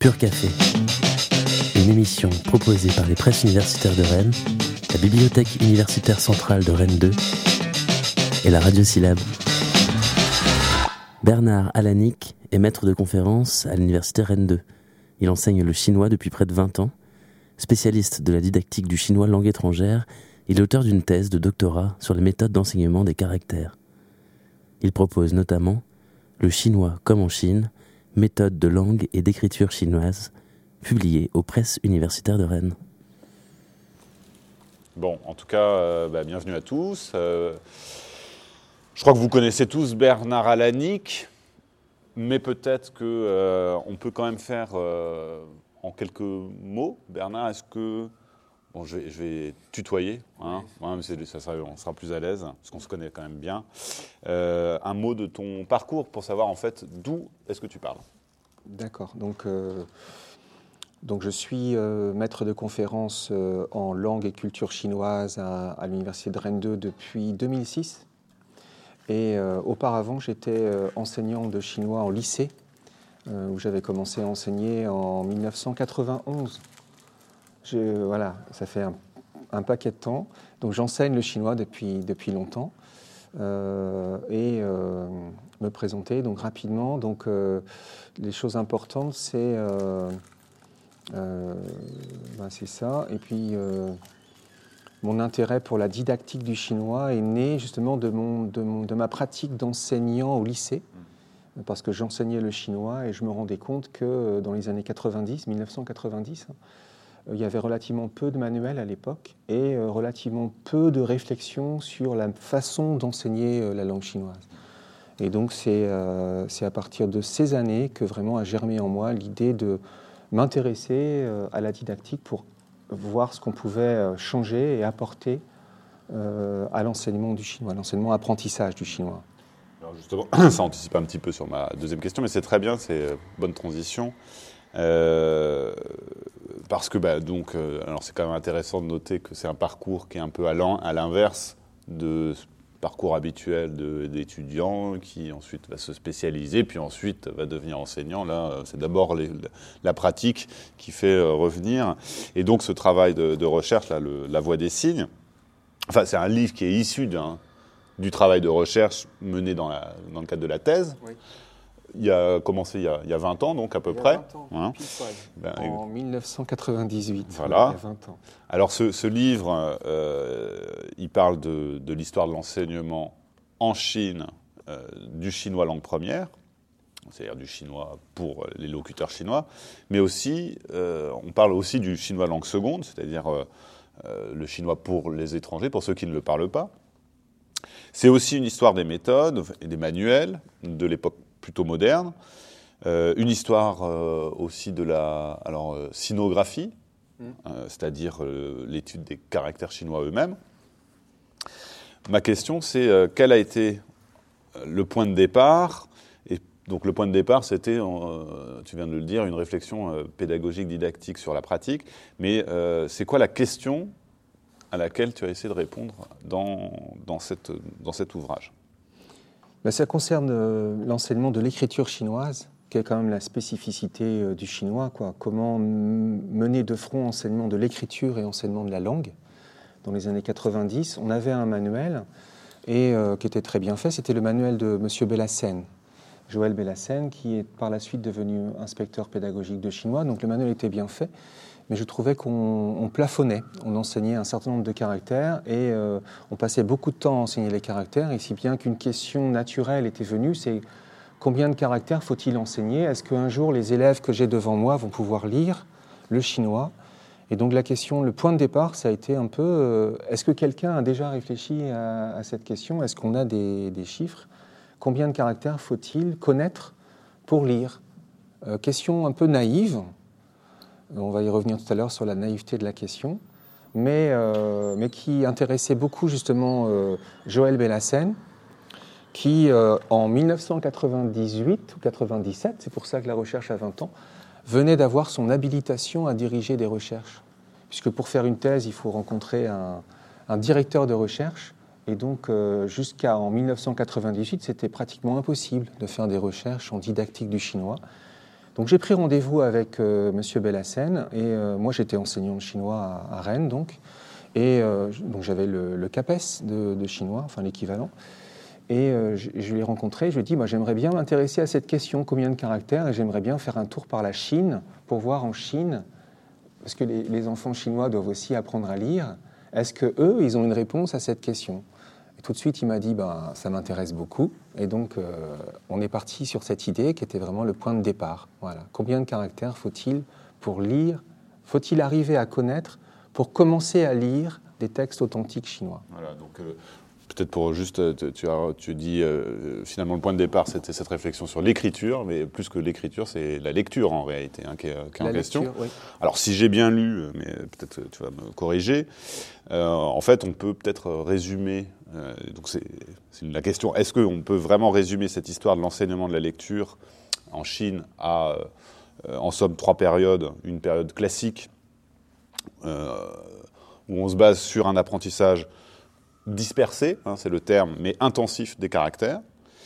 Pur Café, une émission proposée par les presses universitaires de Rennes, la Bibliothèque universitaire centrale de Rennes 2 et la Radio Syllabe. Bernard Alanick est maître de conférence à l'université Rennes 2. Il enseigne le chinois depuis près de 20 ans. Spécialiste de la didactique du chinois langue étrangère, il est auteur d'une thèse de doctorat sur les méthodes d'enseignement des caractères. Il propose notamment Le chinois comme en Chine, méthode de langue et d'écriture chinoise, publié aux presses universitaires de Rennes. Bon, en tout cas, bienvenue à tous. Je crois que vous connaissez tous Bernard Alanick, mais peut-être qu'on peut quand même faire en quelques mots. Bernard, est-ce que... Bon, je vais tutoyer, hein, ouais, mais on sera plus à l'aise, parce qu'on se connaît quand même bien. Un mot de ton parcours pour savoir en fait d'où est-ce que tu parles. D'accord, donc je suis maître de conférence en langue et culture chinoise à l'université de Rennes 2 depuis 2006. Et auparavant, j'étais enseignant de chinois en lycée, où j'avais commencé à enseigner en 1991. Voilà, ça fait un paquet de temps. Donc j'enseigne le chinois depuis longtemps. Me présenter donc rapidement. Donc les choses importantes, c'est ça. Et puis mon intérêt pour la didactique du chinois est né justement de ma pratique d'enseignant au lycée, parce que j'enseignais le chinois et je me rendais compte que dans les années 1990, il y avait relativement peu de manuels à l'époque et relativement peu de réflexion sur la façon d'enseigner la langue chinoise. Et donc c'est à partir de ces années que vraiment a germé en moi l'idée de m'intéresser à la didactique pour voir ce qu'on pouvait changer et apporter à l'enseignement du chinois, l'enseignement-apprentissage du chinois. Alors justement, ça anticipe un petit peu sur ma deuxième question, mais c'est très bien, c'est bonne transition. Parce que alors c'est quand même intéressant de noter que c'est un parcours qui est un peu à l'inverse de ce parcours habituel d'étudiant qui ensuite va se spécialiser, puis ensuite va devenir enseignant. Là, c'est d'abord la pratique qui fait revenir. Et donc ce travail de recherche, là, La Voix des signes, enfin c'est un livre qui est issu du travail de recherche mené dans le cadre de la thèse. Oui. Il a commencé il y a 20 ans, donc à peu près. 20 ans, hein. En 1998. Voilà. Il y a 20 ans. Alors ce livre, il parle de l'histoire de l'enseignement en Chine du chinois langue première, c'est-à-dire du chinois pour les locuteurs chinois, mais aussi, on parle aussi du chinois langue seconde, c'est-à-dire le chinois pour les étrangers, pour ceux qui ne le parlent pas. C'est aussi une histoire des méthodes et des manuels de l'époque plutôt moderne, une histoire aussi de la sinographie, c'est-à-dire l'étude des caractères chinois eux-mêmes. Ma question, c'est quel a été le point de départ ? Et donc le point de départ, c'était, tu viens de le dire, une réflexion pédagogique, didactique sur la pratique, mais c'est quoi la question à laquelle tu as essayé de répondre dans cet ouvrage ? Ça concerne l'enseignement de l'écriture chinoise, qui est quand même la spécificité du chinois, quoi. Comment mener de front enseignement de l'écriture et enseignement de la langue. Dans les années 90, on avait un manuel et qui était très bien fait. C'était le manuel de M. Bellassène, Joël Bellassène, qui est par la suite devenu inspecteur pédagogique de chinois. Donc le manuel était bien fait, mais je trouvais qu'on plafonnait. On enseignait un certain nombre de caractères et on passait beaucoup de temps à enseigner les caractères, et si bien qu'une question naturelle était venue, c'est combien de caractères faut-il enseigner ? Est-ce qu'un jour les élèves que j'ai devant moi vont pouvoir lire le chinois ? Et donc la question, le point de départ, ça a été un peu, est-ce que quelqu'un a déjà réfléchi à cette question ? Est-ce qu'on a des chiffres ? Combien de caractères faut-il connaître pour lire ? Question un peu naïve. On va y revenir tout à l'heure sur la naïveté de la question, mais qui intéressait beaucoup justement Joël Bellassène, qui en 1998 ou 97, c'est pour ça que la recherche a 20 ans, venait d'avoir son habilitation à diriger des recherches. Puisque pour faire une thèse, il faut rencontrer un directeur de recherche, et donc jusqu'en 1998, c'était pratiquement impossible de faire des recherches en didactique du chinois. Donc j'ai pris rendez-vous avec M. Bellassène, et moi j'étais enseignant de chinois à Rennes, donc j'avais le CAPES de chinois, enfin l'équivalent. Et je l'ai rencontré, je lui ai dit, j'aimerais bien m'intéresser à cette question, combien de caractères, et j'aimerais bien faire un tour par la Chine pour voir en Chine, parce que les enfants chinois doivent aussi apprendre à lire, est-ce qu'eux, ils ont une réponse à cette question ? Et tout de suite, il m'a dit, ça m'intéresse beaucoup. Et donc, on est parti sur cette idée qui était vraiment le point de départ. Voilà. Combien de caractères faut-il pour lire ? Faut-il arriver à connaître pour commencer à lire des textes authentiques chinois ? Voilà, donc peut-être pour juste, tu dis finalement le point de départ, c'était cette réflexion sur l'écriture, mais plus que l'écriture, c'est la lecture en réalité qui est en question. Oui. Alors si j'ai bien lu, mais peut-être tu vas me corriger, en fait on peut peut-être résumer, donc c'est la question, est-ce qu'on peut vraiment résumer cette histoire de l'enseignement de la lecture en Chine à, en somme, 3 périodes, une période classique, où on se base sur un apprentissage dispersé, c'est le terme, mais intensif des caractères.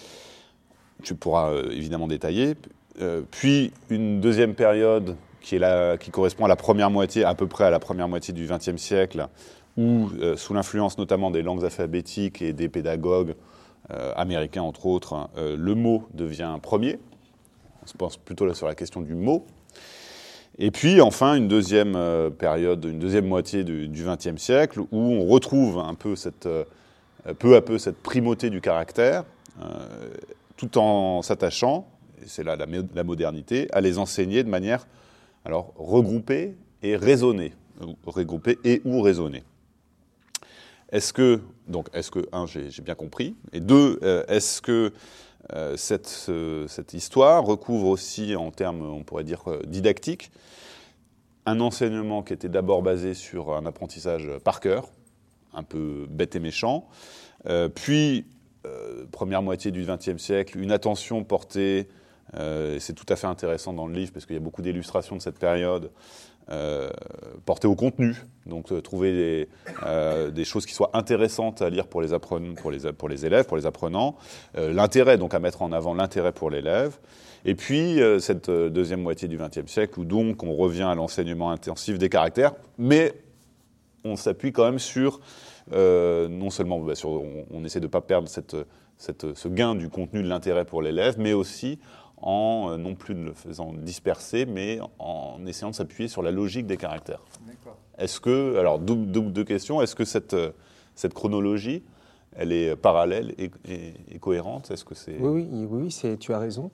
Tu pourras évidemment détailler. Puis une deuxième période qui correspond à la première moitié, à peu près à la première moitié du XXe siècle, où, sous l'influence notamment des langues alphabétiques et des pédagogues américains, entre autres, le mot devient premier. On se pense plutôt là sur la question du mot. Et puis, enfin, une deuxième période, une deuxième moitié du XXe siècle, où on retrouve un peu peu à peu cette primauté du caractère, tout en s'attachant, et c'est là la modernité, à les enseigner de manière regroupée et raisonnée. Regroupée et ou raisonnée. Est-ce que, j'ai bien compris, et 2, est-ce que cette histoire recouvre aussi, en termes, on pourrait dire, didactiques, un enseignement qui était d'abord basé sur un apprentissage par cœur, un peu bête et méchant, puis, première moitié du XXe siècle, une attention portée, et c'est tout à fait intéressant dans le livre, parce qu'il y a beaucoup d'illustrations de cette période, portée au contenu, donc trouver des choses qui soient intéressantes à lire pour les élèves, pour les apprenants, l'intérêt, donc à mettre en avant l'intérêt pour l'élève, et puis cette deuxième moitié du XXe siècle où donc on revient à l'enseignement intensif des caractères, mais on s'appuie quand même sur, non seulement on essaie de ne pas perdre ce gain du contenu de l'intérêt pour l'élève, mais aussi en non plus le faisant disperser, mais en essayant de s'appuyer sur la logique des caractères. D'accord. Est-ce que, alors deux questions, est-ce que cette chronologie, elle est parallèle et cohérente ? Est-ce que c'est... Oui, tu as raison.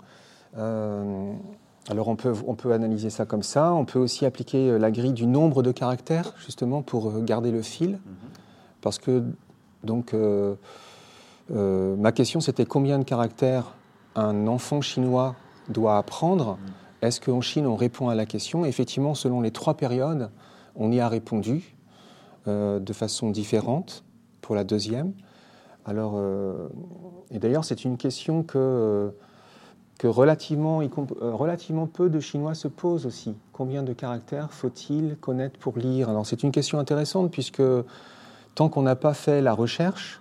Alors on peut analyser ça comme ça, on peut aussi appliquer la grille du nombre de caractères, justement, pour garder le fil, parce que, donc, ma question c'était combien de caractères un enfant chinois doit apprendre. Est-ce qu'en Chine, on répond à la question ? Effectivement, selon les 3 périodes, on y a répondu de façon différente pour la deuxième. Alors, et d'ailleurs, c'est une question que relativement peu de Chinois se posent aussi. Combien de caractères faut-il connaître pour lire ? Alors, c'est une question intéressante puisque tant qu'on n'a pas fait la recherche,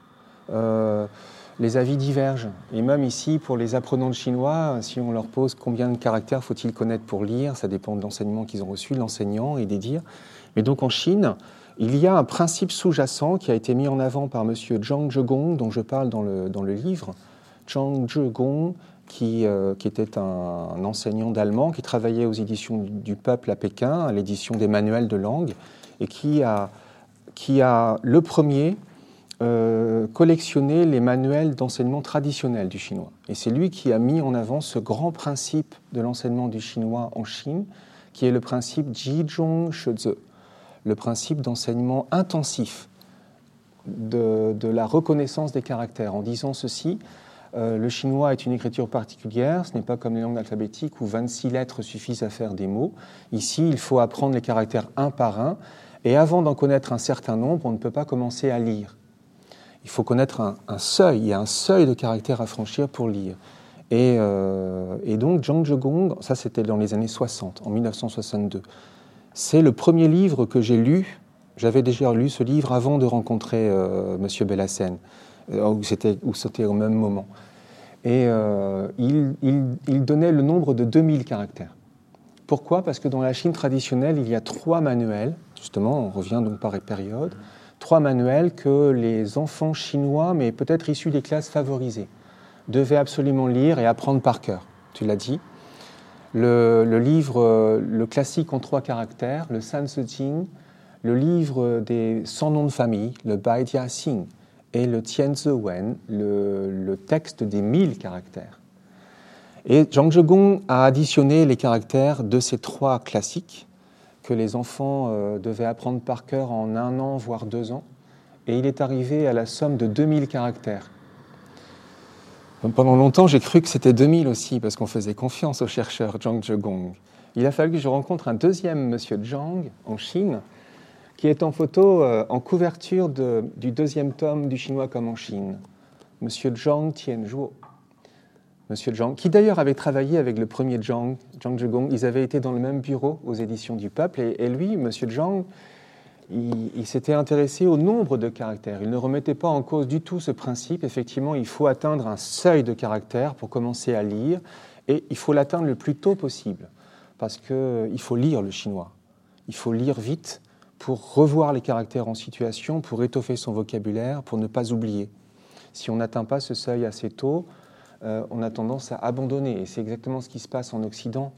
les avis divergent. Et même ici, pour les apprenants de chinois, si on leur pose combien de caractères faut-il connaître pour lire, ça dépend de l'enseignement qu'ils ont reçu, de l'enseignant et des dires. Mais donc en Chine, il y a un principe sous-jacent qui a été mis en avant par M. Zhang Zhegong, dont je parle dans le livre. Zhang Zhegong, qui était un enseignant d'allemand, qui travaillait aux éditions du Peuple à Pékin, à l'édition des manuels de langue, et qui a le premier collectionné les manuels d'enseignement traditionnel du chinois. Et c'est lui qui a mis en avant ce grand principe de l'enseignement du chinois en Chine, qui est le principe Jizhong Sheze, le principe d'enseignement intensif de la reconnaissance des caractères, en disant ceci: le chinois est une écriture particulière, ce n'est pas comme les langues alphabétiques où 26 lettres suffisent à faire des mots. Ici, il faut apprendre les caractères un par un, et avant d'en connaître un certain nombre, on ne peut pas commencer à lire. Il faut connaître un seuil, il y a un seuil de caractères à franchir pour lire. Et donc, Zhang Zhegong, ça c'était dans les années 60, en 1962. C'est le premier livre que j'ai lu. J'avais déjà lu ce livre avant de rencontrer M. Bellassène, où c'était au même moment. Et il donnait le nombre de 2000 caractères. Pourquoi ? Parce que dans la Chine traditionnelle, il y a 3 manuels, justement, on revient donc par période, 3 manuels que les enfants chinois, mais peut-être issus des classes favorisées, devaient absolument lire et apprendre par cœur. Tu l'as dit. Le livre, le classique en 3 caractères, le San Se Jing, le livre des 100 noms de famille, le Bai Jia Xing, et le Tian Ze Wen, le texte des 1000 caractères. Et Zhang Zhegong a additionné les caractères de ces 3 classiques que les enfants devaient apprendre par cœur en 1 an, voire 2 ans, et il est arrivé à la somme de 2000 caractères. Pendant longtemps, j'ai cru que c'était 2000 aussi, parce qu'on faisait confiance au chercheur Zhang Zhegong. Il a fallu que je rencontre un deuxième monsieur Zhang en Chine, qui est en photo en couverture du 2e tome du Chinois comme en Chine, monsieur Zhang Tianzhuo. Monsieur Zhang, qui d'ailleurs avait travaillé avec le premier Zhang Zhegong, ils avaient été dans le même bureau aux éditions du Peuple, et lui, monsieur Zhang, il s'était intéressé au nombre de caractères. Il ne remettait pas en cause du tout ce principe. Effectivement, il faut atteindre un seuil de caractères pour commencer à lire, et il faut l'atteindre le plus tôt possible, parce qu'il faut lire le chinois. Il faut lire vite pour revoir les caractères en situation, pour étoffer son vocabulaire, pour ne pas oublier. Si on n'atteint pas ce seuil assez tôt, on a tendance à abandonner. Et c'est exactement ce qui se passe en Occident.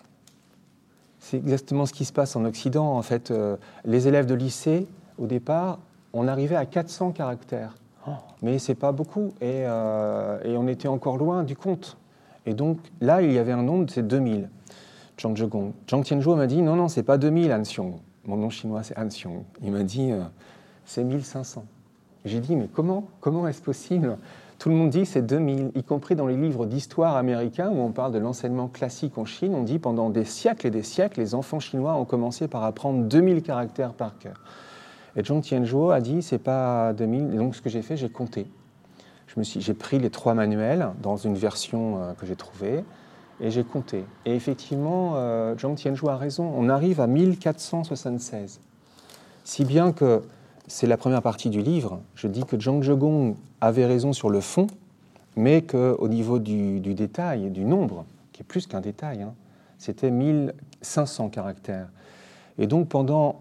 C'est exactement ce qui se passe en Occident. En fait, les élèves de lycée, au départ, on arrivait à 400 caractères. Mais ce n'est pas beaucoup. Et on était encore loin du compte. Et donc, là, il y avait un nombre, c'est 2000. Zhang Zhegong. Zhang Tianzhuo m'a dit, non, c'est pas 2000, Han Xiong. Mon nom chinois, c'est Han Xiong. Il m'a dit, c'est 1500. J'ai dit, mais comment est-ce possible ? Tout le monde dit c'est 2000, y compris dans les livres d'histoire américains où on parle de l'enseignement classique en Chine. On dit pendant des siècles et des siècles, les enfants chinois ont commencé par apprendre 2000 caractères par cœur. Et Zhang Tianzhuo a dit c'est pas 2000. Et donc ce que j'ai fait, j'ai compté. J'ai pris les 3 manuels dans une version que j'ai trouvée et j'ai compté. Et effectivement, Zhang Tianzhuo a raison. On arrive à 1476. Si bien que c'est la première partie du livre. Je dis que Zhang Zhegong avait raison sur le fond, mais qu'au niveau du détail, du nombre, qui est plus qu'un détail, c'était 1500 caractères. Et donc pendant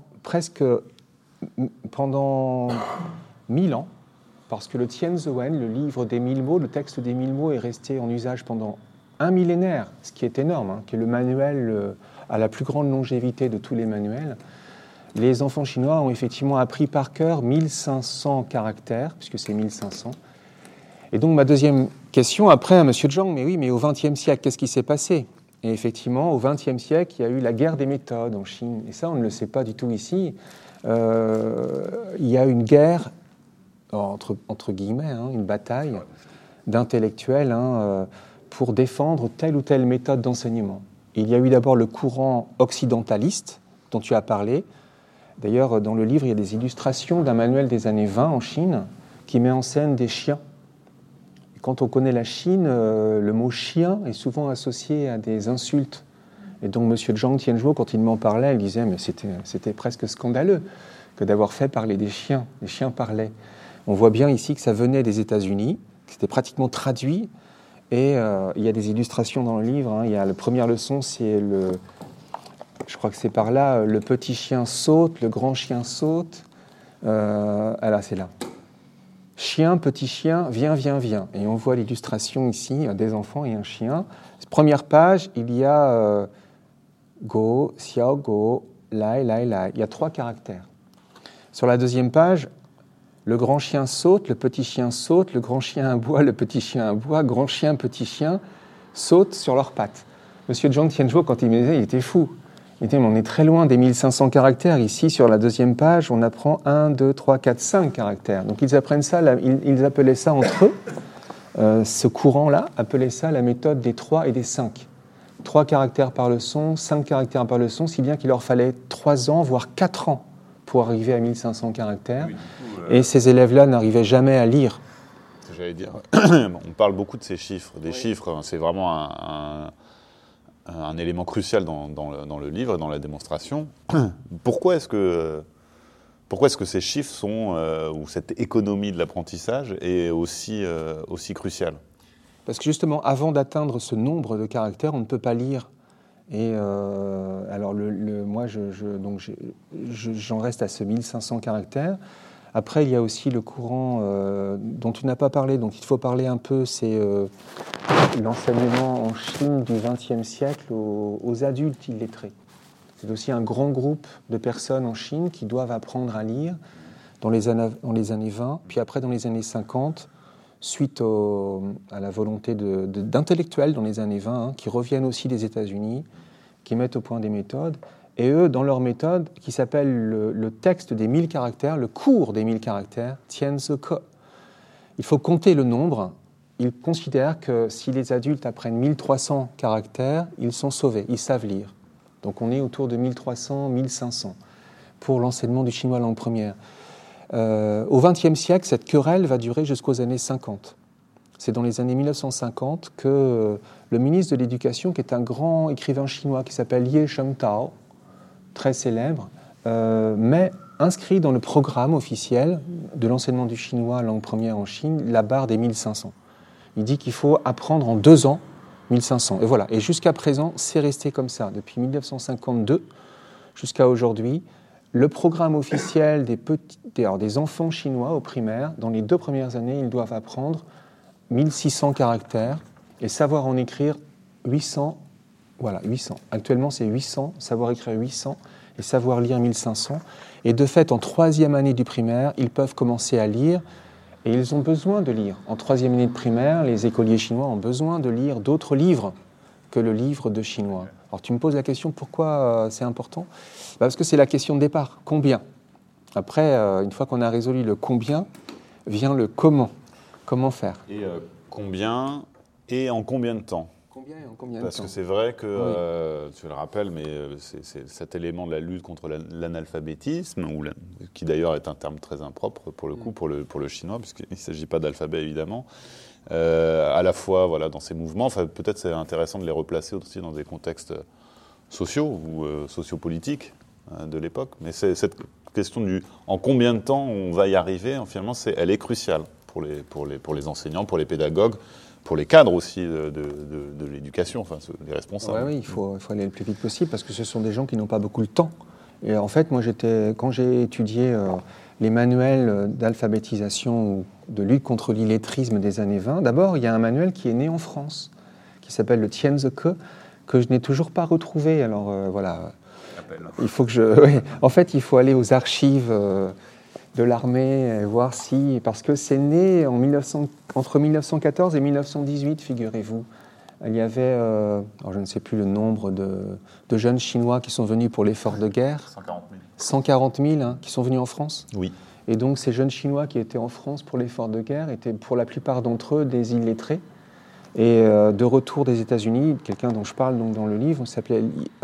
1000 ans, parce que le Tian Ze Wen, le livre des 1000 mots, le texte des 1000 mots est resté en usage pendant 1 millénaire, ce qui est énorme, qui est le manuel à la plus grande longévité de tous les manuels. Les enfants chinois ont effectivement appris par cœur 1500 caractères, puisque c'est 1500. Et donc ma deuxième question, après, à M. Zhang, mais au XXe siècle, qu'est-ce qui s'est passé ? Et effectivement, au XXe siècle, il y a eu la guerre des méthodes en Chine. Et ça, on ne le sait pas du tout ici. Il y a une guerre, entre guillemets, une bataille d'intellectuels pour défendre telle ou telle méthode d'enseignement. Il y a eu d'abord le courant occidentaliste, dont tu as parlé. D'ailleurs, dans le livre, il y a des illustrations d'un manuel des années 20 en Chine qui met en scène des chiens. Et quand on connaît la Chine, le mot « chien » est souvent associé à des insultes. Et donc, M. Zhang Tianzhuo, quand il m'en parlait, il disait « mais c'était presque scandaleux que d'avoir fait parler des chiens. Les chiens parlaient. » On voit bien ici que ça venait des États-Unis, que c'était pratiquement traduit. Et il y a des illustrations dans le livre. Il y a la première leçon, c'est je crois que c'est par là, le petit chien saute, le grand chien saute. Là, c'est là. Chien, petit chien, viens, viens, viens. Et on voit l'illustration ici, des enfants et un chien. Première page, il y a go, xiao, go, lai, lai, lai. Il y a 3 caractères. Sur la deuxième page, le grand chien saute, le petit chien saute, le grand chien aboie, le petit chien aboie, grand chien, petit chien sautent sur leurs pattes. Monsieur Zhang Tianzhuo, quand il me disait, il était fou. Il disait, mais on est très loin des 1500 caractères. Ici, sur la deuxième page, on apprend 1, 2, 3, 4, 5 caractères. Donc ils apprennent ça, ils appelaient ça entre eux, ce courant-là, appelait ça la méthode des 3 et des 5. 3 caractères par leçon, 5 caractères par leçon, si bien qu'il leur fallait 3 ans, voire 4 ans pour arriver à 1500 caractères. Oui, du coup, et ces élèves-là n'arrivaient jamais à lire. J'allais dire, on parle beaucoup de ces chiffres. Des chiffres, c'est vraiment un élément crucial dans le livre et dans la démonstration. Pourquoi est-ce que ces chiffres sont, ou cette économie de l'apprentissage est aussi cruciale ? Parce que justement, avant d'atteindre ce nombre de caractères, on ne peut pas lire Et alors, moi, j'en reste à ce 1500 caractères. Après, il y a aussi le courant dont tu n'as pas parlé, donc il faut parler un peu, c'est l'enseignement en Chine du XXe siècle aux adultes illettrés. C'est aussi un grand groupe de personnes en Chine qui doivent apprendre à lire dans les années 20, puis après dans les années 50, suite à la volonté d'intellectuels dans les années 20, qui reviennent aussi des États-Unis, qui mettent au point des méthodes. Et eux, dans leur méthode, qui s'appelle le texte des 1000 caractères, le cours des 1000 caractères, Tianzi Ke. Il faut compter le nombre. Ils considèrent que si les adultes apprennent 1300 caractères, ils sont sauvés, ils savent lire. Donc on est autour de 1300, 1500 pour l'enseignement du chinois langue première. Au XXe siècle, cette querelle va durer jusqu'aux années 50. C'est dans les années 1950 que le ministre de l'Éducation, qui est un grand écrivain chinois qui s'appelle Ye Shengtao, très célèbre, mais inscrit dans le programme officiel de l'enseignement du chinois langue première en Chine la barre des 1500. Il dit qu'il faut apprendre en 2 ans 1500. Et voilà. Et jusqu'à présent, c'est resté comme ça. Depuis 1952 jusqu'à aujourd'hui, le programme officiel des enfants chinois au primaire, dans les 2 premières années, ils doivent apprendre 1600 caractères et savoir en écrire 800. Voilà, 800. Actuellement, c'est 800, savoir écrire 800 et savoir lire 1500. Et de fait, en 3e année du primaire, ils peuvent commencer à lire et ils ont besoin de lire. En 3e année de primaire, les écoliers chinois ont besoin de lire d'autres livres que le livre de chinois. Alors tu me poses la question, pourquoi c'est important ? Parce que c'est la question de départ, combien ? Après, une fois qu'on a résolu le combien, vient le comment. Comment faire ? Et combien et en combien de temps ? Combien et en combien de Parce temps ? que c'est vrai que, tu le rappelles, mais c'est cet élément de la lutte contre l'analphabétisme, qui d'ailleurs est un terme très impropre pour le coup, pour le chinois, puisqu'il ne s'agit pas d'alphabet évidemment, à la fois voilà, dans ces mouvements, enfin, peut-être c'est intéressant de les replacer aussi dans des contextes sociaux ou sociopolitiques de l'époque, mais c'est cette question du en combien de temps on va y arriver, finalement, elle est cruciale pour les enseignants, pour les pédagogues, pour les cadres aussi de l'éducation, enfin les responsables. Oui, il faut aller le plus vite possible parce que ce sont des gens qui n'ont pas beaucoup de temps. Et en fait, moi, quand j'ai étudié les manuels d'alphabétisation ou de lutte contre l'illettrisme des années 20, d'abord, il y a un manuel qui est né en France, qui s'appelle le Tianzi Ke, que je n'ai toujours pas retrouvé. Alors voilà, il faut en fait, il faut aller aux archives de l'armée, voir si... Parce que c'est né entre 1914 et 1918, figurez-vous. Il y avait, alors je ne sais plus le nombre de jeunes Chinois qui sont venus pour l'effort de guerre. 140 000. 140 000 qui sont venus en France. Oui. Et donc ces jeunes Chinois qui étaient en France pour l'effort de guerre étaient pour la plupart d'entre eux des illettrés. Et de retour des États-Unis, quelqu'un dont je parle donc dans le livre, s'appelait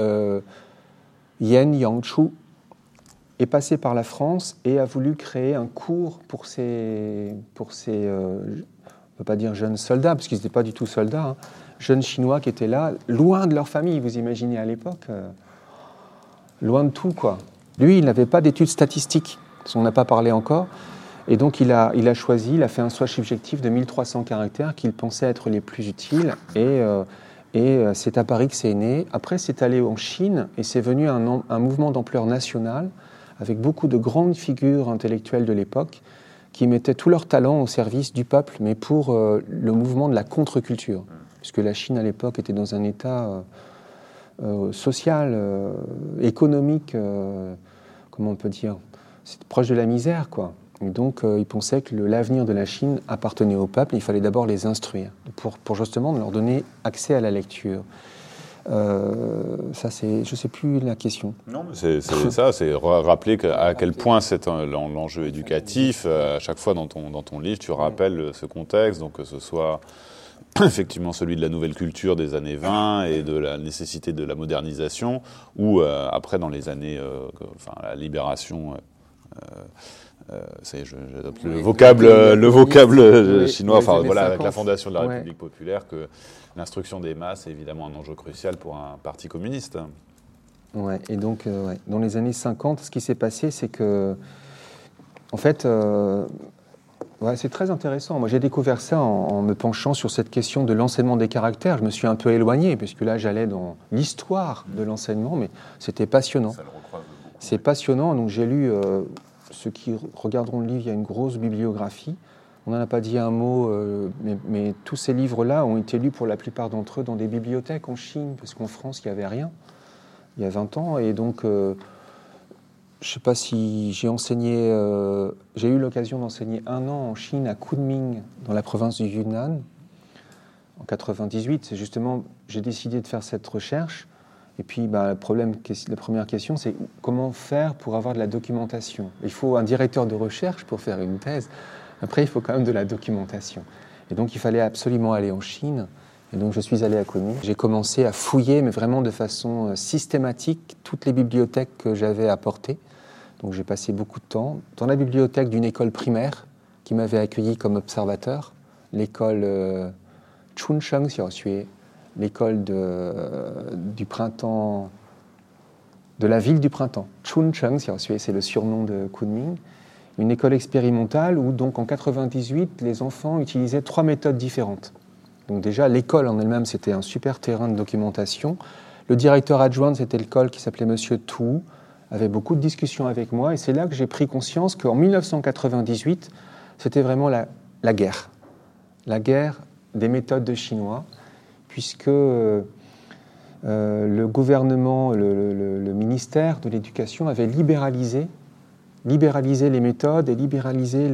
Yen Yangchu, est passé par la France et a voulu créer un cours pour ces je ne peux pas dire jeunes soldats, parce qu'ils n'étaient pas du tout soldats, hein, jeunes Chinois qui étaient là, loin de leur famille, vous imaginez à l'époque, loin de tout, quoi. Lui, il n'avait pas d'études statistiques, on n'a pas parlé encore, et donc il a fait un choix subjectif de 1300 caractères qu'il pensait être les plus utiles, et c'est à Paris que c'est né. Après, c'est allé en Chine, et c'est venu un mouvement d'ampleur nationale, avec beaucoup de grandes figures intellectuelles de l'époque qui mettaient tout leur talent au service du peuple, mais pour le mouvement de la contre-culture, puisque la Chine à l'époque était dans un état social, économique, comment on peut dire, c'était proche de la misère, quoi. Et donc ils pensaient que l'avenir de la Chine appartenait au peuple, et il fallait d'abord les instruire, pour justement leur donner accès à la lecture. Ça, je ne sais plus la question. Non, mais c'est ça, c'est rappeler à quel point c'est l'enjeu éducatif. À chaque fois dans ton livre, tu rappelles ce contexte, donc que ce soit effectivement celui de la nouvelle culture des années 20 et de la nécessité de la modernisation, ou après dans les années, la libération. J'adopte le vocable chinois, avec la fondation de la République populaire, que l'instruction des masses est évidemment un enjeu crucial pour un parti communiste. Ouais, et donc, dans les années 50, ce qui s'est passé, c'est que, en fait, Ouais, c'est très intéressant. Moi, j'ai découvert ça en me penchant sur cette question de l'enseignement des caractères. Je me suis un peu éloigné, puisque là, j'allais dans l'histoire de l'enseignement, mais c'était passionnant. Ça le recroise beaucoup. C'est passionnant. Donc, j'ai lu, ceux qui regarderont le livre, il y a une grosse bibliographie. On n'en a pas dit un mot, mais tous ces livres-là ont été lus pour la plupart d'entre eux dans des bibliothèques en Chine, parce qu'en France, il n'y avait rien, il y a 20 ans. Et donc, je ne sais pas si j'ai enseigné, j'ai eu l'occasion d'enseigner 1 an en Chine, à Kunming, dans la province du Yunnan, en 98. C'est justement, j'ai décidé de faire cette recherche. Et puis, la première question, c'est comment faire pour avoir de la documentation. Il faut un directeur de recherche pour faire une thèse. Après, il faut quand même de la documentation. Et donc, il fallait absolument aller en Chine. Et donc, je suis allé à Kunming. J'ai commencé à fouiller, mais vraiment de façon systématique, toutes les bibliothèques que j'avais apportées. Donc, j'ai passé beaucoup de temps dans la bibliothèque d'une école primaire qui m'avait accueilli comme observateur, l'école Chunsheng Xiaoxue, l'école du printemps, de la ville du printemps. Chunsheng Xiaoxue, c'est le surnom de Kunming. Une école expérimentale où, donc, en 98, les enfants utilisaient 3 méthodes différentes. Donc déjà, l'école en elle-même, c'était un super terrain de documentation. Le directeur adjoint de cette école, qui s'appelait Monsieur Tu, avait beaucoup de discussions avec moi. Et c'est là que j'ai pris conscience qu'en 1998, c'était vraiment la guerre. La guerre des méthodes de chinois, puisque le gouvernement, le ministère de l'Éducation avait libéralisé les méthodes et libéralisé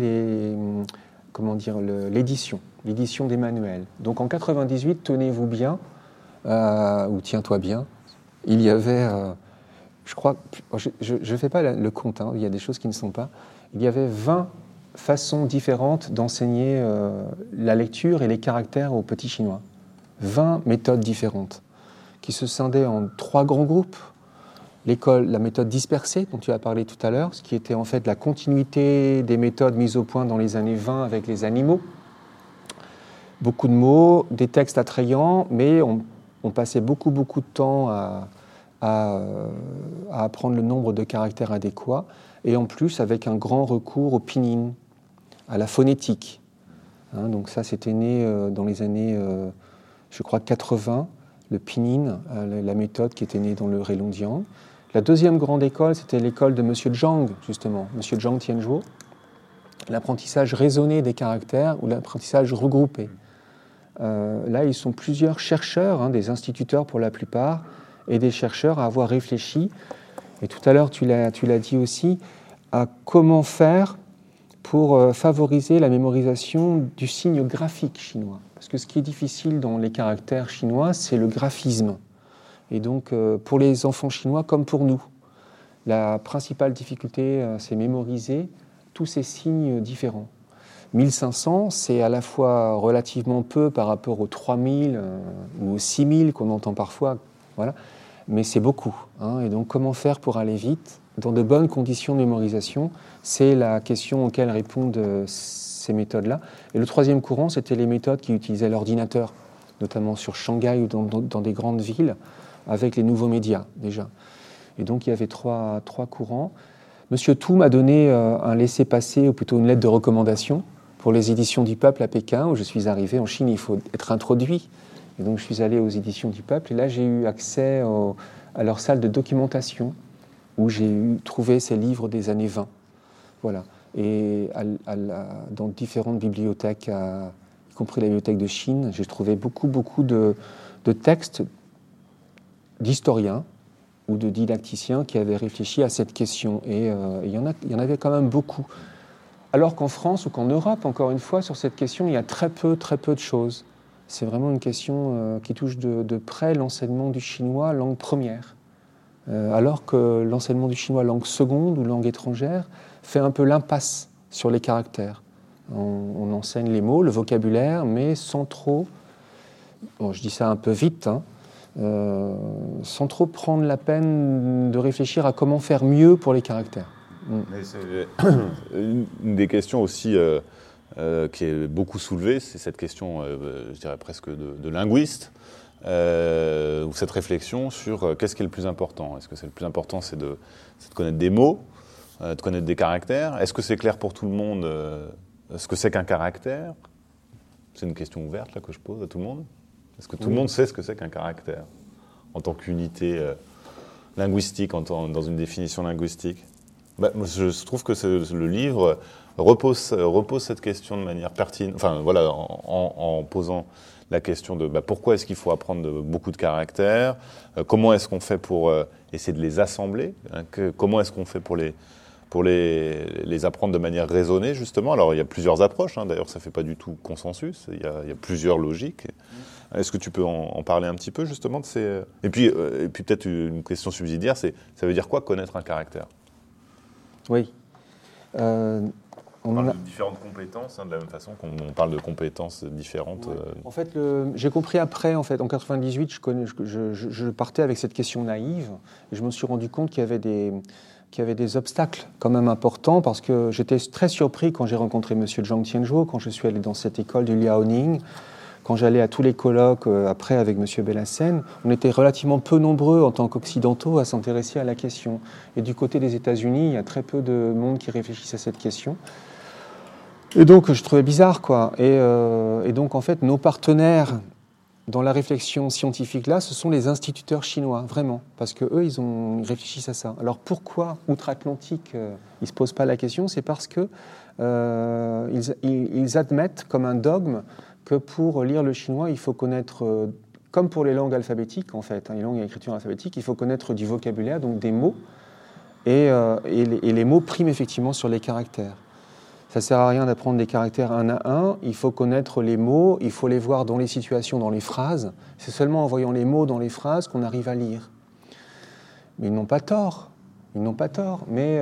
l'édition des manuels. Donc en 98, tenez-vous bien, ou tiens-toi bien, il y avait, je crois, je ne fais pas le compte, il y a des choses qui ne sont pas, il y avait 20 façons différentes d'enseigner la lecture et les caractères aux petits Chinois. 20 méthodes différentes, qui se scindaient en 3 grands groupes. La méthode dispersée, dont tu as parlé tout à l'heure, ce qui était en fait la continuité des méthodes mises au point dans les années 20 avec les animaux. Beaucoup de mots, des textes attrayants, mais on passait beaucoup de temps à apprendre le nombre de caractères adéquats, et en plus avec un grand recours au pinyin, à la phonétique. Donc ça, c'était né dans les années, je crois, 80, le pinyin, la méthode qui était née dans le Heilongjiang. La deuxième grande école, c'était l'école de M. Zhang, justement, M. Zhang Tianzhuo, l'apprentissage raisonné des caractères ou l'apprentissage regroupé. Là, ils sont plusieurs chercheurs, des instituteurs pour la plupart, et des chercheurs à avoir réfléchi, et tout à l'heure tu l'as dit aussi, à comment faire pour favoriser la mémorisation du signe graphique chinois. Parce que ce qui est difficile dans les caractères chinois, c'est le graphisme. Et donc, pour les enfants chinois comme pour nous, la principale difficulté, c'est mémoriser tous ces signes différents. 1500, c'est à la fois relativement peu par rapport aux 3000 ou aux 6000 qu'on entend parfois, voilà, mais c'est beaucoup. Et donc, comment faire pour aller vite, dans de bonnes conditions de mémorisation, c'est la question auxquelles répondent ces méthodes-là. Et le troisième courant, c'était les méthodes qui utilisaient l'ordinateur, notamment sur Shanghai ou dans des grandes villes, avec les nouveaux médias déjà. Et donc il y avait trois courants. Monsieur Tu m'a donné un laissez-passer, ou plutôt une lettre de recommandation, pour les éditions du Peuple à Pékin, où je suis arrivé. En Chine, il faut être introduit. Et donc je suis allé aux éditions du Peuple, et là j'ai eu accès à leur salle de documentation, où j'ai trouvé ces livres des années 20. Voilà. Et dans différentes bibliothèques, y compris la bibliothèque de Chine, j'ai trouvé beaucoup de textes d'historiens ou de didacticiens qui avaient réfléchi à cette question. Et il y en avait quand même beaucoup. Alors qu'en France ou qu'en Europe, encore une fois, sur cette question, il y a très peu de choses. C'est vraiment une question qui touche de près l'enseignement du chinois langue première. Alors que l'enseignement du chinois langue seconde ou langue étrangère fait un peu l'impasse sur les caractères. On enseigne les mots, le vocabulaire, mais sans trop, je dis ça un peu vite, sans trop prendre la peine de réfléchir à comment faire mieux pour les caractères. Mais c'est une des questions aussi qui est beaucoup soulevée, c'est cette question, je dirais presque de linguiste, ou cette réflexion sur qu'est-ce qui est le plus important. Est-ce que c'est le plus important, c'est de connaître des mots, de connaître des caractères? Est-ce que c'est clair pour tout le monde ce que c'est qu'un caractère. C'est une question ouverte là, que je pose à tout le monde. Est-ce que tout le monde sait ce que c'est qu'un caractère en tant qu'unité linguistique, dans une définition linguistique? Moi, je trouve que le livre repose cette question de manière pertinente, enfin voilà, en posant la question de pourquoi est-ce qu'il faut apprendre beaucoup de caractères, comment est-ce qu'on fait pour essayer de les assembler, comment est-ce qu'on fait pour les apprendre de manière raisonnée, justement. Alors, il y a plusieurs approches, d'ailleurs, ça ne fait pas du tout consensus, il y a plusieurs logiques. Est-ce que tu peux en parler un petit peu, justement, de ces... Et puis peut-être une question subsidiaire, ça veut dire quoi, connaître un caractère? Oui. On parle de différentes compétences, de la même façon qu'on parle de compétences différentes. Ouais. En fait, j'ai compris après, en 98, je partais avec cette question naïve, et je me suis rendu compte qu'il y avait des obstacles quand même importants, parce que j'étais très surpris quand j'ai rencontré M. Zhang Tianzhou, quand je suis allé dans cette école du Liaoning, quand j'allais à tous les colloques après avec M. Bellassène. On était relativement peu nombreux en tant qu'occidentaux à s'intéresser à la question. Et du côté des États-Unis, il y a très peu de monde qui réfléchissent à cette question. Et donc, je trouvais bizarre, quoi. Et donc, en fait, nos partenaires dans la réflexion scientifique, là, ce sont les instituteurs chinois, vraiment. Parce qu'eux, ils réfléchissent à ça. Alors, pourquoi, outre-Atlantique, ils ne se posent pas la question? C'est parce que ils admettent comme un dogme que pour lire le chinois, il faut connaître, comme pour les langues alphabétiques, en fait, les langues à écriture alphabétique, il faut connaître du vocabulaire, donc des mots. Et les mots priment effectivement sur les caractères. Ça ne sert à rien d'apprendre des caractères un à un, il faut connaître les mots, il faut les voir dans les situations, dans les phrases. C'est seulement en voyant les mots dans les phrases qu'on arrive à lire. Mais ils n'ont pas tort, mais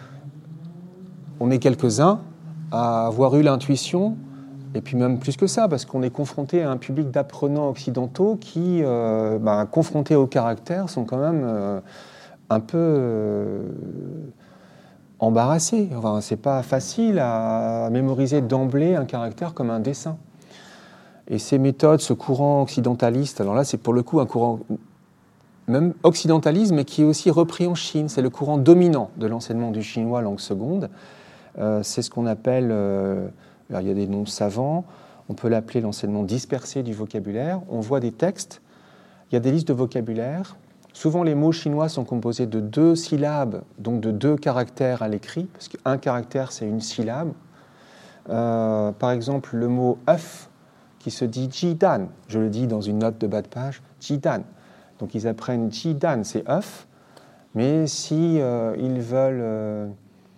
on est quelques-uns à avoir eu l'intuition, et puis même plus que ça, parce qu'on est confronté à un public d'apprenants occidentaux qui, confrontés au caractère, sont quand même un peu... embarrassé. Enfin, c'est pas facile à mémoriser d'emblée un caractère comme un dessin. Et ces méthodes, ce courant occidentaliste, alors là, c'est pour le coup un courant même occidentaliste, mais qui est aussi repris en Chine. C'est le courant dominant de l'enseignement du chinois langue seconde. C'est ce qu'on appelle, alors il y a des noms savants, on peut l'appeler l'enseignement dispersé du vocabulaire. On voit des textes, il y a des listes de vocabulaire. Souvent, les mots chinois sont composés de 2 syllabes, donc de 2 caractères à l'écrit, parce qu'un caractère, c'est une syllabe. Par exemple, le mot « œuf » qui se dit « jidan », je le dis dans une note de bas de page, « jidan ». Donc, ils apprennent « jidan », c'est « œuf », mais si ils veulent...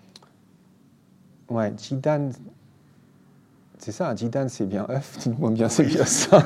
jidan, c'est ça, jidan, c'est bien « œuf », dis-moi bien, c'est bien ça.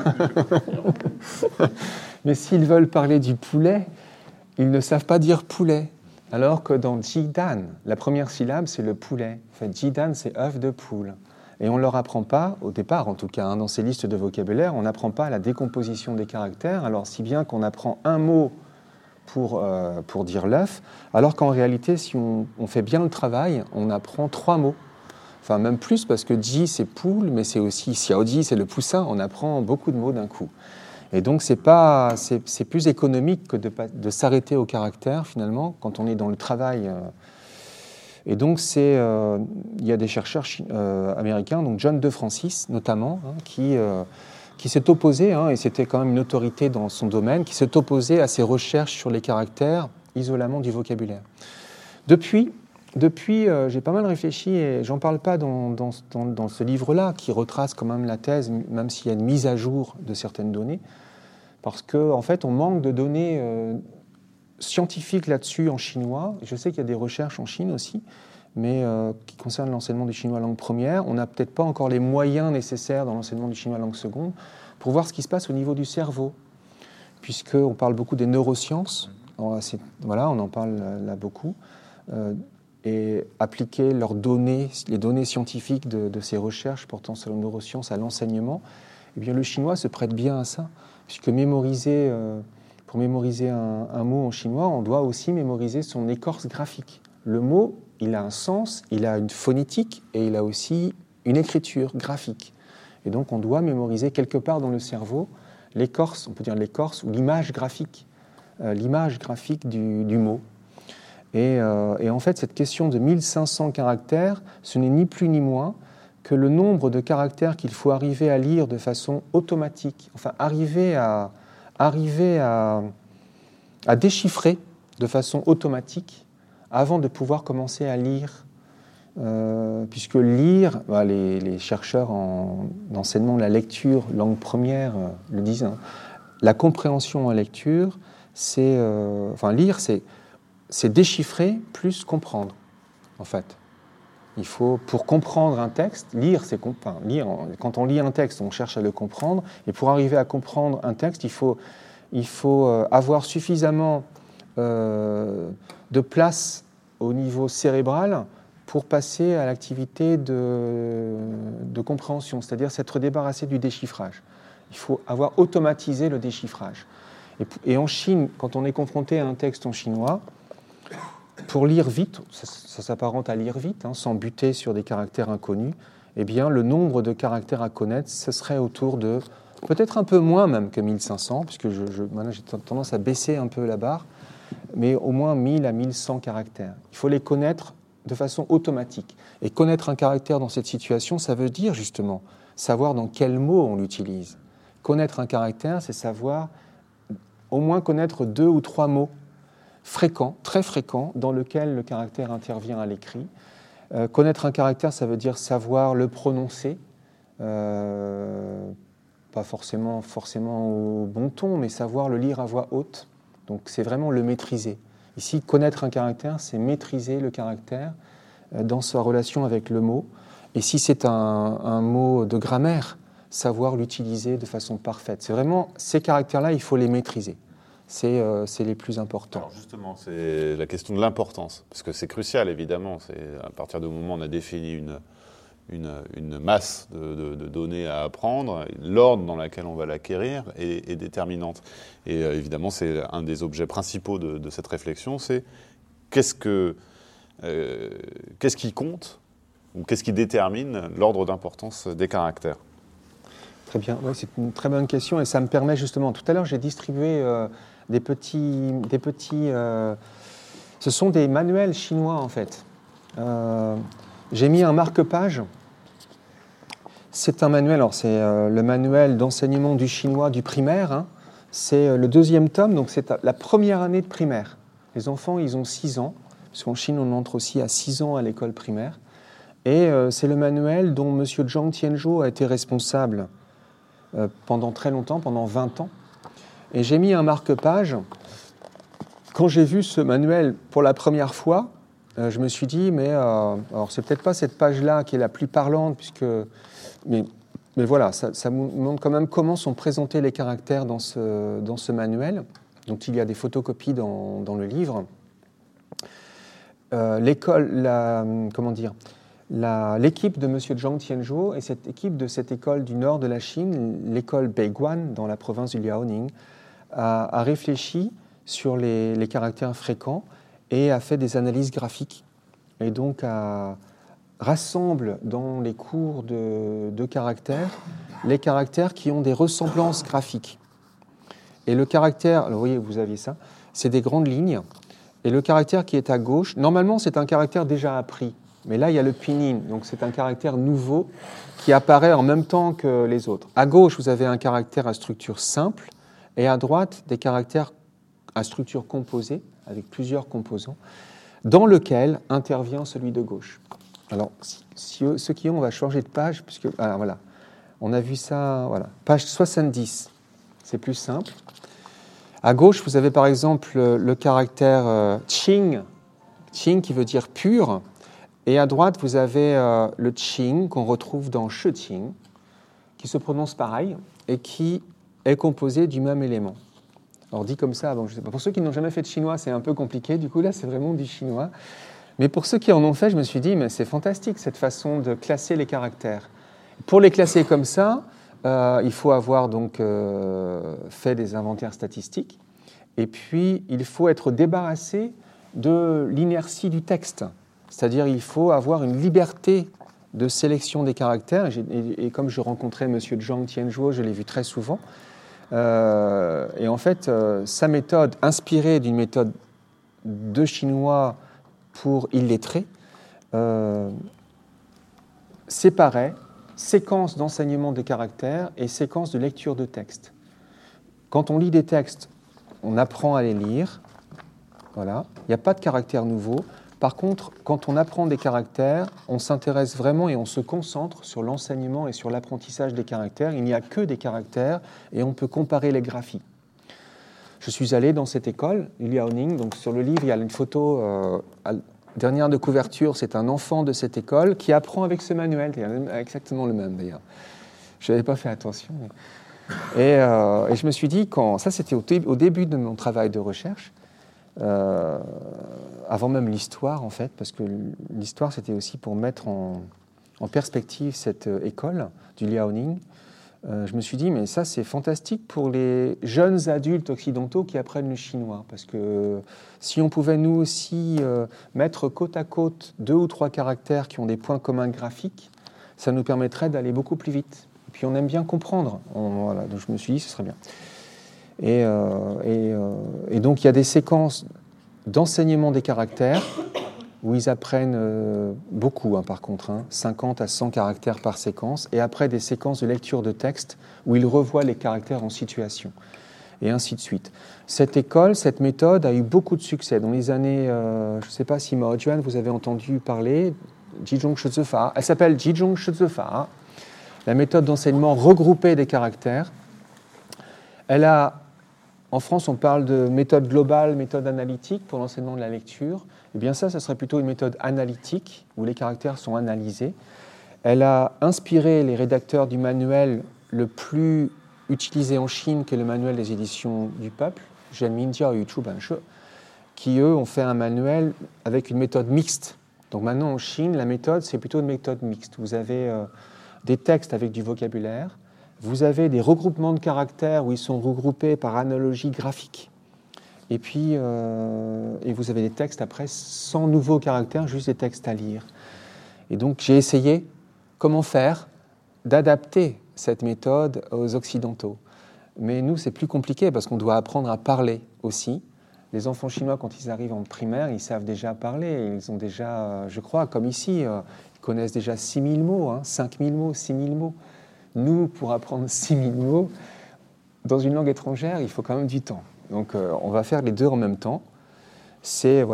Mais s'ils veulent parler du poulet, ils ne savent pas dire poulet. Alors que dans jidan, la première syllabe, c'est le poulet. En fait, jidan, c'est œuf de poule. Et on ne leur apprend pas, au départ en tout cas, dans ces listes de vocabulaire, on n'apprend pas la décomposition des caractères, alors si bien qu'on apprend un mot pour dire l'œuf, alors qu'en réalité, si on fait bien le travail, on apprend 3 mots. Enfin, même plus, parce que ji, c'est poule, mais c'est aussi xiaoji, c'est le poussin. On apprend beaucoup de mots d'un coup. Et donc, c'est plus économique que de s'arrêter au caractère, finalement, quand on est dans le travail. Et donc, il y a des chercheurs américains, donc John DeFrancis, notamment, qui s'est opposé, et c'était quand même une autorité dans son domaine, qui s'est opposé à ces recherches sur les caractères, isolement du vocabulaire. Depuis, j'ai pas mal réfléchi, et j'en parle pas dans ce livre-là, qui retrace quand même la thèse, même s'il y a une mise à jour de certaines données, parce qu'en fait, on manque de données scientifiques là-dessus en chinois. Je sais qu'il y a des recherches en Chine aussi, mais qui concernent l'enseignement du chinois langue première. On n'a peut-être pas encore les moyens nécessaires dans l'enseignement du chinois langue seconde pour voir ce qui se passe au niveau du cerveau, puisqu'on parle beaucoup des neurosciences. On en parle là beaucoup. Et appliquer les données scientifiques de ces recherches portant sur les neurosciences à l'enseignement, eh bien, le chinois se prête bien à ça, puisque pour mémoriser un mot en chinois, on doit aussi mémoriser son écorce graphique. Le mot, il a un sens, il a une phonétique et il a aussi une écriture graphique. Et donc, on doit mémoriser quelque part dans le cerveau l'écorce, on peut dire l'écorce ou l'image graphique du mot. Et en fait, cette question de 1500 caractères, ce n'est ni plus ni moins que le nombre de caractères qu'il faut arriver à lire de façon automatique, enfin arriver à déchiffrer de façon automatique avant de pouvoir commencer à lire. Puisque lire, les chercheurs en enseignement de la lecture, langue première, le disent, hein, la compréhension en lecture, lire, c'est déchiffrer plus comprendre, en fait. Il faut, pour comprendre un texte, lire, quand on lit un texte, on cherche à le comprendre, et pour arriver à comprendre un texte, il faut avoir suffisamment de place au niveau cérébral pour passer à l'activité de compréhension, c'est-à-dire s'être débarrassé du déchiffrage. Il faut avoir automatisé le déchiffrage. Et en Chine, quand on est confronté à un texte en chinois, pour lire vite, ça s'apparente à lire vite, hein, sans buter sur des caractères inconnus, eh bien, le nombre de caractères à connaître, ce serait autour de, peut-être un peu moins même que 1500, puisque maintenant j'ai tendance à baisser un peu la barre, mais au moins 1000 à 1100 caractères. Il faut les connaître de façon automatique. Et connaître un caractère dans cette situation, ça veut dire justement savoir dans quel mot on l'utilise. Connaître un caractère, c'est savoir au moins connaître 2 ou 3 mots fréquents, très fréquents, dans lesquels le caractère intervient à l'écrit. Connaître un caractère, ça veut dire savoir le prononcer, pas forcément au bon ton, mais savoir le lire à voix haute. Donc c'est vraiment le maîtriser. Ici, connaître un caractère, c'est maîtriser le caractère dans sa relation avec le mot. Et si c'est un mot de grammaire, savoir l'utiliser de façon parfaite. C'est vraiment ces caractères-là, il faut les maîtriser. C'est les plus importants. Alors justement, c'est la question de l'importance, parce que c'est crucial, évidemment. C'est à partir du moment où on a défini une masse de données à apprendre, l'ordre dans lequel on va l'acquérir est déterminante. Et évidemment, c'est un des objets principaux de cette réflexion, c'est qu'est-ce qui compte ou qu'est-ce qui détermine l'ordre d'importance des caractères? Très bien, oui, c'est une très bonne question et ça me permet justement, tout à l'heure j'ai distribué des petits ce sont des manuels chinois en fait. J'ai mis un marque-page. C'est un manuel, alors c'est le manuel d'enseignement du chinois du primaire. Hein. C'est le 2e tome, donc c'est la première année de primaire. Les enfants, ils ont 6 ans, parce qu'en Chine, on entre aussi à 6 ans à l'école primaire. Et c'est le manuel dont M. Zhang Tianzhou a été responsable pendant très longtemps, pendant 20 ans. Et j'ai mis un marque-page. Quand j'ai vu ce manuel pour la première fois, je me suis dit, mais alors c'est peut-être pas cette page-là qui est la plus parlante, mais voilà, ça montre quand même comment sont présentés les caractères dans ce manuel. Donc il y a des photocopies dans le livre. L'équipe de M. Zhang Tianzhou et cette équipe de cette école du nord de la Chine, l'école Beiguan dans la province du Liaoning, a réfléchi sur les caractères fréquents et a fait des analyses graphiques. Et donc rassemble dans les cours de caractères les caractères qui ont des ressemblances graphiques. Et le caractère, alors vous voyez, vous aviez ça, c'est des grandes lignes. Et le caractère qui est à gauche, normalement c'est un caractère déjà appris. Mais là, il y a le pinyin, donc c'est un caractère nouveau qui apparaît en même temps que les autres. À gauche, vous avez un caractère à structure simple, et à droite, des caractères à structure composée, avec plusieurs composants, dans lequel intervient celui de gauche. Alors, ceux qui ont, on va changer de page, puisque, alors voilà, on a vu ça, voilà, page 70, c'est plus simple. À gauche, vous avez par exemple le caractère qing qui veut dire pur, et à droite, vous avez le qing qu'on retrouve dans sheqing, qui se prononce pareil et qui est composé du même élément. Alors dit comme ça, bon, je sais pas. Pour ceux qui n'ont jamais fait de chinois, c'est un peu compliqué. Du coup, là, c'est vraiment du chinois. Mais pour ceux qui en ont fait, je me suis dit, mais c'est fantastique cette façon de classer les caractères. Pour les classer comme ça, il faut avoir donc fait des inventaires statistiques. Et puis, il faut être débarrassé de l'inertie du texte. C'est-à-dire il faut avoir une liberté de sélection des caractères. Et comme je rencontrais M. Zhang Tianzhou, je l'ai vu très souvent. Et en fait, sa méthode, inspirée d'une méthode de chinois pour illettrés, séparait séquence d'enseignement des caractères et séquence de lecture de textes. Quand on lit des textes, on apprend à les lire. Voilà. Il n'y a pas de caractères nouveaux. Par contre, quand on apprend des caractères, on s'intéresse vraiment et on se concentre sur l'enseignement et sur l'apprentissage des caractères. Il n'y a que des caractères et on peut comparer les graphies. Je suis allé dans cette école, Liaoning. Donc sur le livre, il y a une photo dernière de couverture. C'est un enfant de cette école qui apprend avec ce manuel. C'est exactement le même d'ailleurs. Je n'avais pas fait attention. Et je me suis dit, ça c'était au début de mon travail de recherche, avant même l'histoire en fait, parce que l'histoire c'était aussi pour mettre en perspective cette école du Liaoning. Je me suis dit, mais ça c'est fantastique pour les jeunes adultes occidentaux qui apprennent le chinois, parce que si on pouvait nous aussi mettre côte à côte 2 ou 3 caractères qui ont des points communs graphiques, ça nous permettrait d'aller beaucoup plus vite. Et puis on aime bien comprendre, voilà, donc je me suis dit, ce serait bien. Et donc il y a des séquences d'enseignement des caractères où ils apprennent beaucoup, par contre, 50 à 100 caractères par séquence, et après des séquences de lecture de texte où ils revoient les caractères en situation, et ainsi de suite. Cette école, cette méthode a eu beaucoup de succès. Dans les années, je ne sais pas si Mao Juan, vous avez entendu parler, Jizhong Shizifa, elle s'appelle Jizhong Shizifa, la méthode d'enseignement regroupée des caractères. Elle a, en France, on parle de méthode globale, méthode analytique pour l'enseignement de la lecture. Eh bien ça serait plutôt une méthode analytique, où les caractères sont analysés. Elle a inspiré les rédacteurs du manuel le plus utilisé en Chine, qui est le manuel des éditions du Peuple, Zhenminjiao Yu Chubanshe, qui, eux, ont fait un manuel avec une méthode mixte. Donc maintenant, en Chine, la méthode, c'est plutôt une méthode mixte. Vous avez des textes avec du vocabulaire, vous avez des regroupements de caractères où ils sont regroupés par analogie graphique. Et puis, vous avez des textes après sans nouveaux caractères, juste des textes à lire. Et donc, j'ai essayé comment faire d'adapter cette méthode aux Occidentaux. Mais nous, c'est plus compliqué parce qu'on doit apprendre à parler aussi. Les enfants chinois, quand ils arrivent en primaire, ils savent déjà parler. Ils ont déjà, je crois, comme ici, ils connaissent déjà 6000 mots, 5000 mots, 6000 mots. Nous, pour apprendre 6000 mots, dans une langue étrangère, il faut quand même du temps. Donc, on va faire les deux en même temps. C'est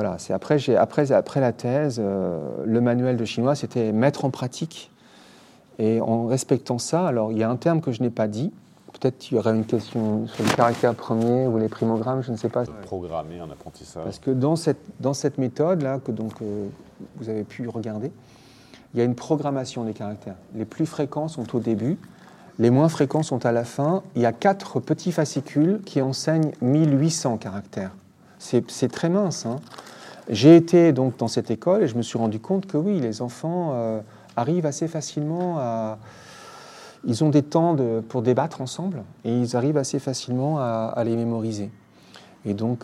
après la thèse, le manuel de chinois, c'était mettre en pratique. Et en respectant ça, alors il y a un terme que je n'ai pas dit. Peut-être qu'il y aurait une question sur les caractères premiers ou les primogrammes, je ne sais pas. Programmer un apprentissage. Parce que dans cette méthode-là, que donc, vous avez pu regarder, il y a une programmation des caractères. Les plus fréquents sont au début, les moins fréquents sont à la fin. Il y a 4 petits fascicules qui enseignent 1800 caractères. C'est très mince. J'ai été donc dans cette école et je me suis rendu compte que oui, les enfants arrivent assez facilement à... Ils ont des temps pour débattre ensemble et ils arrivent assez facilement à les mémoriser. Et donc,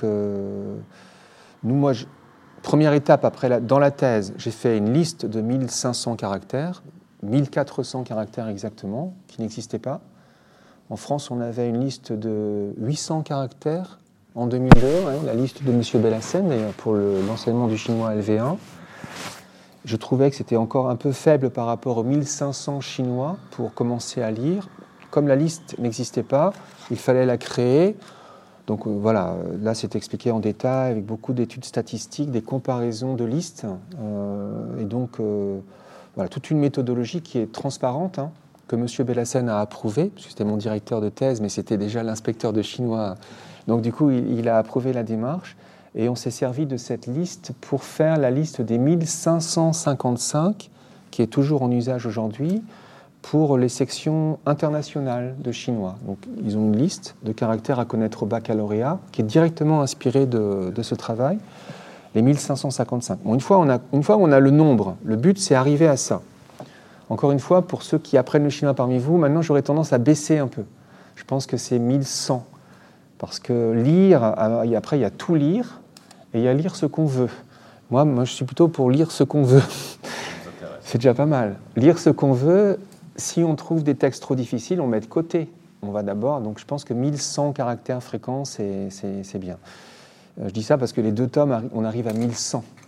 première étape, dans la thèse, j'ai fait une liste de 1500 caractères, 1400 caractères exactement, qui n'existaient pas. En France, on avait une liste de 800 caractères en 2002, la liste de M. Bellassène, pour l'enseignement du chinois LV1. Je trouvais que c'était encore un peu faible par rapport aux 1500 chinois pour commencer à lire. Comme la liste n'existait pas, il fallait la créer. Donc voilà, là c'est expliqué en détail avec beaucoup d'études statistiques, des comparaisons de listes. Et donc voilà, toute une méthodologie qui est transparente, que M. Bellassène a approuvée, puisque c'était mon directeur de thèse, mais c'était déjà l'inspecteur de chinois. Donc du coup, il a approuvé la démarche. Et on s'est servi de cette liste pour faire la liste des 1555, qui est toujours en usage aujourd'hui, pour les sections internationales de chinois. Donc, ils ont une liste de caractères à connaître au baccalauréat, qui est directement inspirée de ce travail, les 1555. Bon, une fois on a le nombre, le but, c'est arriver à ça. Encore une fois, pour ceux qui apprennent le chinois parmi vous, maintenant, j'aurais tendance à baisser un peu. Je pense que c'est 1100. Parce que lire, après, il y a tout lire, et il y a lire ce qu'on veut. Moi, je suis plutôt pour lire ce qu'on veut. C'est déjà pas mal. Lire ce qu'on veut, si on trouve des textes trop difficiles, on met de côté. On va d'abord, donc je pense que 1100 caractères fréquents, c'est bien. Je dis ça parce que les 2 tomes, on arrive à 1100.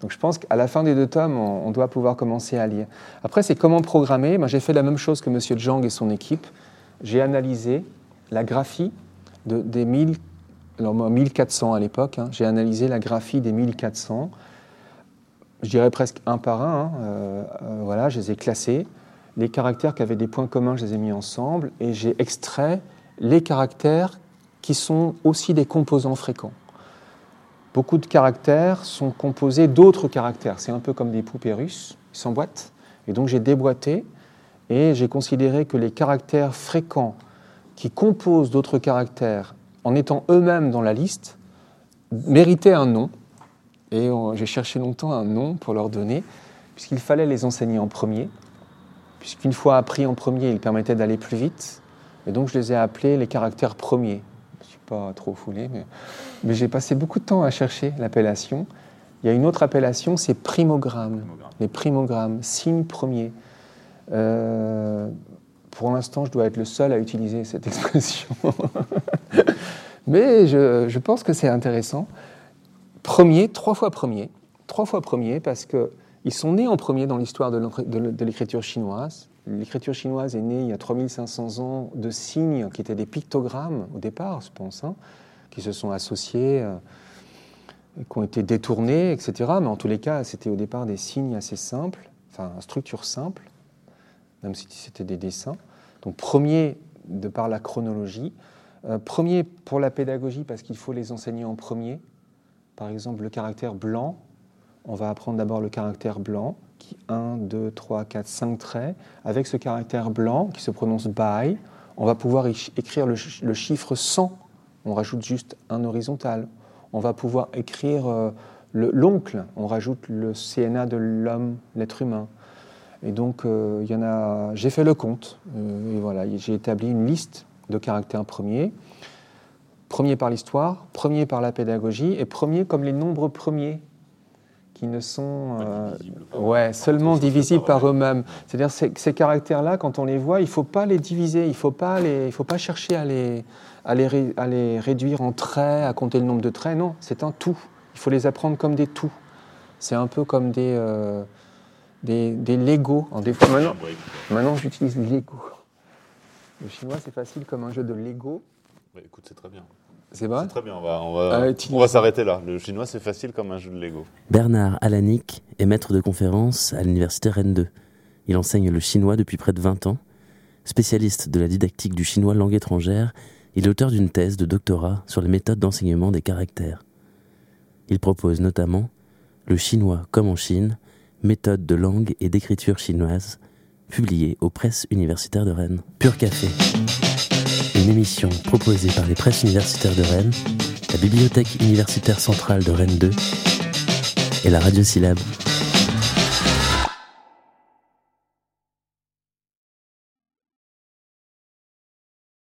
Donc je pense qu'à la fin des 2 tomes, on doit pouvoir commencer à lire. Après, c'est comment programmer. J'ai fait la même chose que M. Zhang et son équipe. J'ai analysé la graphie des 1400 à l'époque. J'ai analysé la graphie des 1400. Je dirais presque un par un. Voilà, je les ai classés. Les caractères qui avaient des points communs, je les ai mis ensemble. Et j'ai extrait les caractères qui sont aussi des composants fréquents. Beaucoup de caractères sont composés d'autres caractères. C'est un peu comme des poupées russes, ils s'emboîtent. Et donc j'ai déboîté et j'ai considéré que les caractères fréquents qui composent d'autres caractères, en étant eux-mêmes dans la liste, méritaient un nom. Et j'ai cherché longtemps un nom pour leur donner, puisqu'il fallait les enseigner en premier. Puisqu'une fois appris en premier, ils permettaient d'aller plus vite. Et donc je les ai appelés les caractères premiers. Je ne suis pas trop foulé, mais j'ai passé beaucoup de temps à chercher l'appellation. Il y a une autre appellation, c'est primogrammes. Les primogrammes, signes premiers. Pour l'instant, je dois être le seul à utiliser cette expression. Mais je pense que c'est intéressant. Premier, 3 fois premier, parce qu'ils sont nés en premier dans l'histoire de l'écriture chinoise. L'écriture chinoise est née il y a 3500 ans de signes qui étaient des pictogrammes au départ, je pense, qui se sont associés, qui ont été détournés, etc. Mais en tous les cas, c'était au départ des signes assez simples, enfin, structure simple, même si c'était des dessins. Donc premier de par la chronologie, premier pour la pédagogie parce qu'il faut les enseigner en premier. Par exemple, le caractère blanc, on va apprendre d'abord le caractère blanc, qui 1, 2, 3, 4, 5 traits. Avec ce caractère blanc, qui se prononce bai, on va pouvoir écrire le chiffre 100. On rajoute juste un horizontal. On va pouvoir écrire l'oncle, on rajoute le CNA de l'homme, l'être humain. Et donc, j'ai fait le compte. Et voilà, j'ai établi une liste de caractères premiers. Premier par l'histoire, premier par la pédagogie, et premier comme les nombres premiers, qui ne sont seulement divisibles par eux-mêmes. C'est-à-dire ces caractères-là, quand on les voit, il ne faut pas les diviser, il ne faut pas chercher à les réduire en traits, à compter le nombre de traits. Non, c'est un tout. Il faut les apprendre comme des tout. C'est un peu comme des Lego. Maintenant, j'utilise Lego. Le chinois, c'est facile comme un jeu de Lego. Bah, écoute, c'est très bien. C'est vrai ? C'est très bien, on va s'arrêter là. Le chinois, c'est facile comme un jeu de Lego. Bernard Alanick est maître de conférences à l'université Rennes 2. Il enseigne le chinois depuis près de 20 ans. Spécialiste de la didactique du chinois langue étrangère, il est auteur d'une thèse de doctorat sur les méthodes d'enseignement des caractères. Il propose notamment Le chinois comme en Chine, méthode de langue et d'écriture chinoise, publié aux presses universitaires de Rennes. Pur Café. Une émission proposée par les presses universitaires de Rennes, la Bibliothèque universitaire centrale de Rennes 2 et la Radio Syllabe.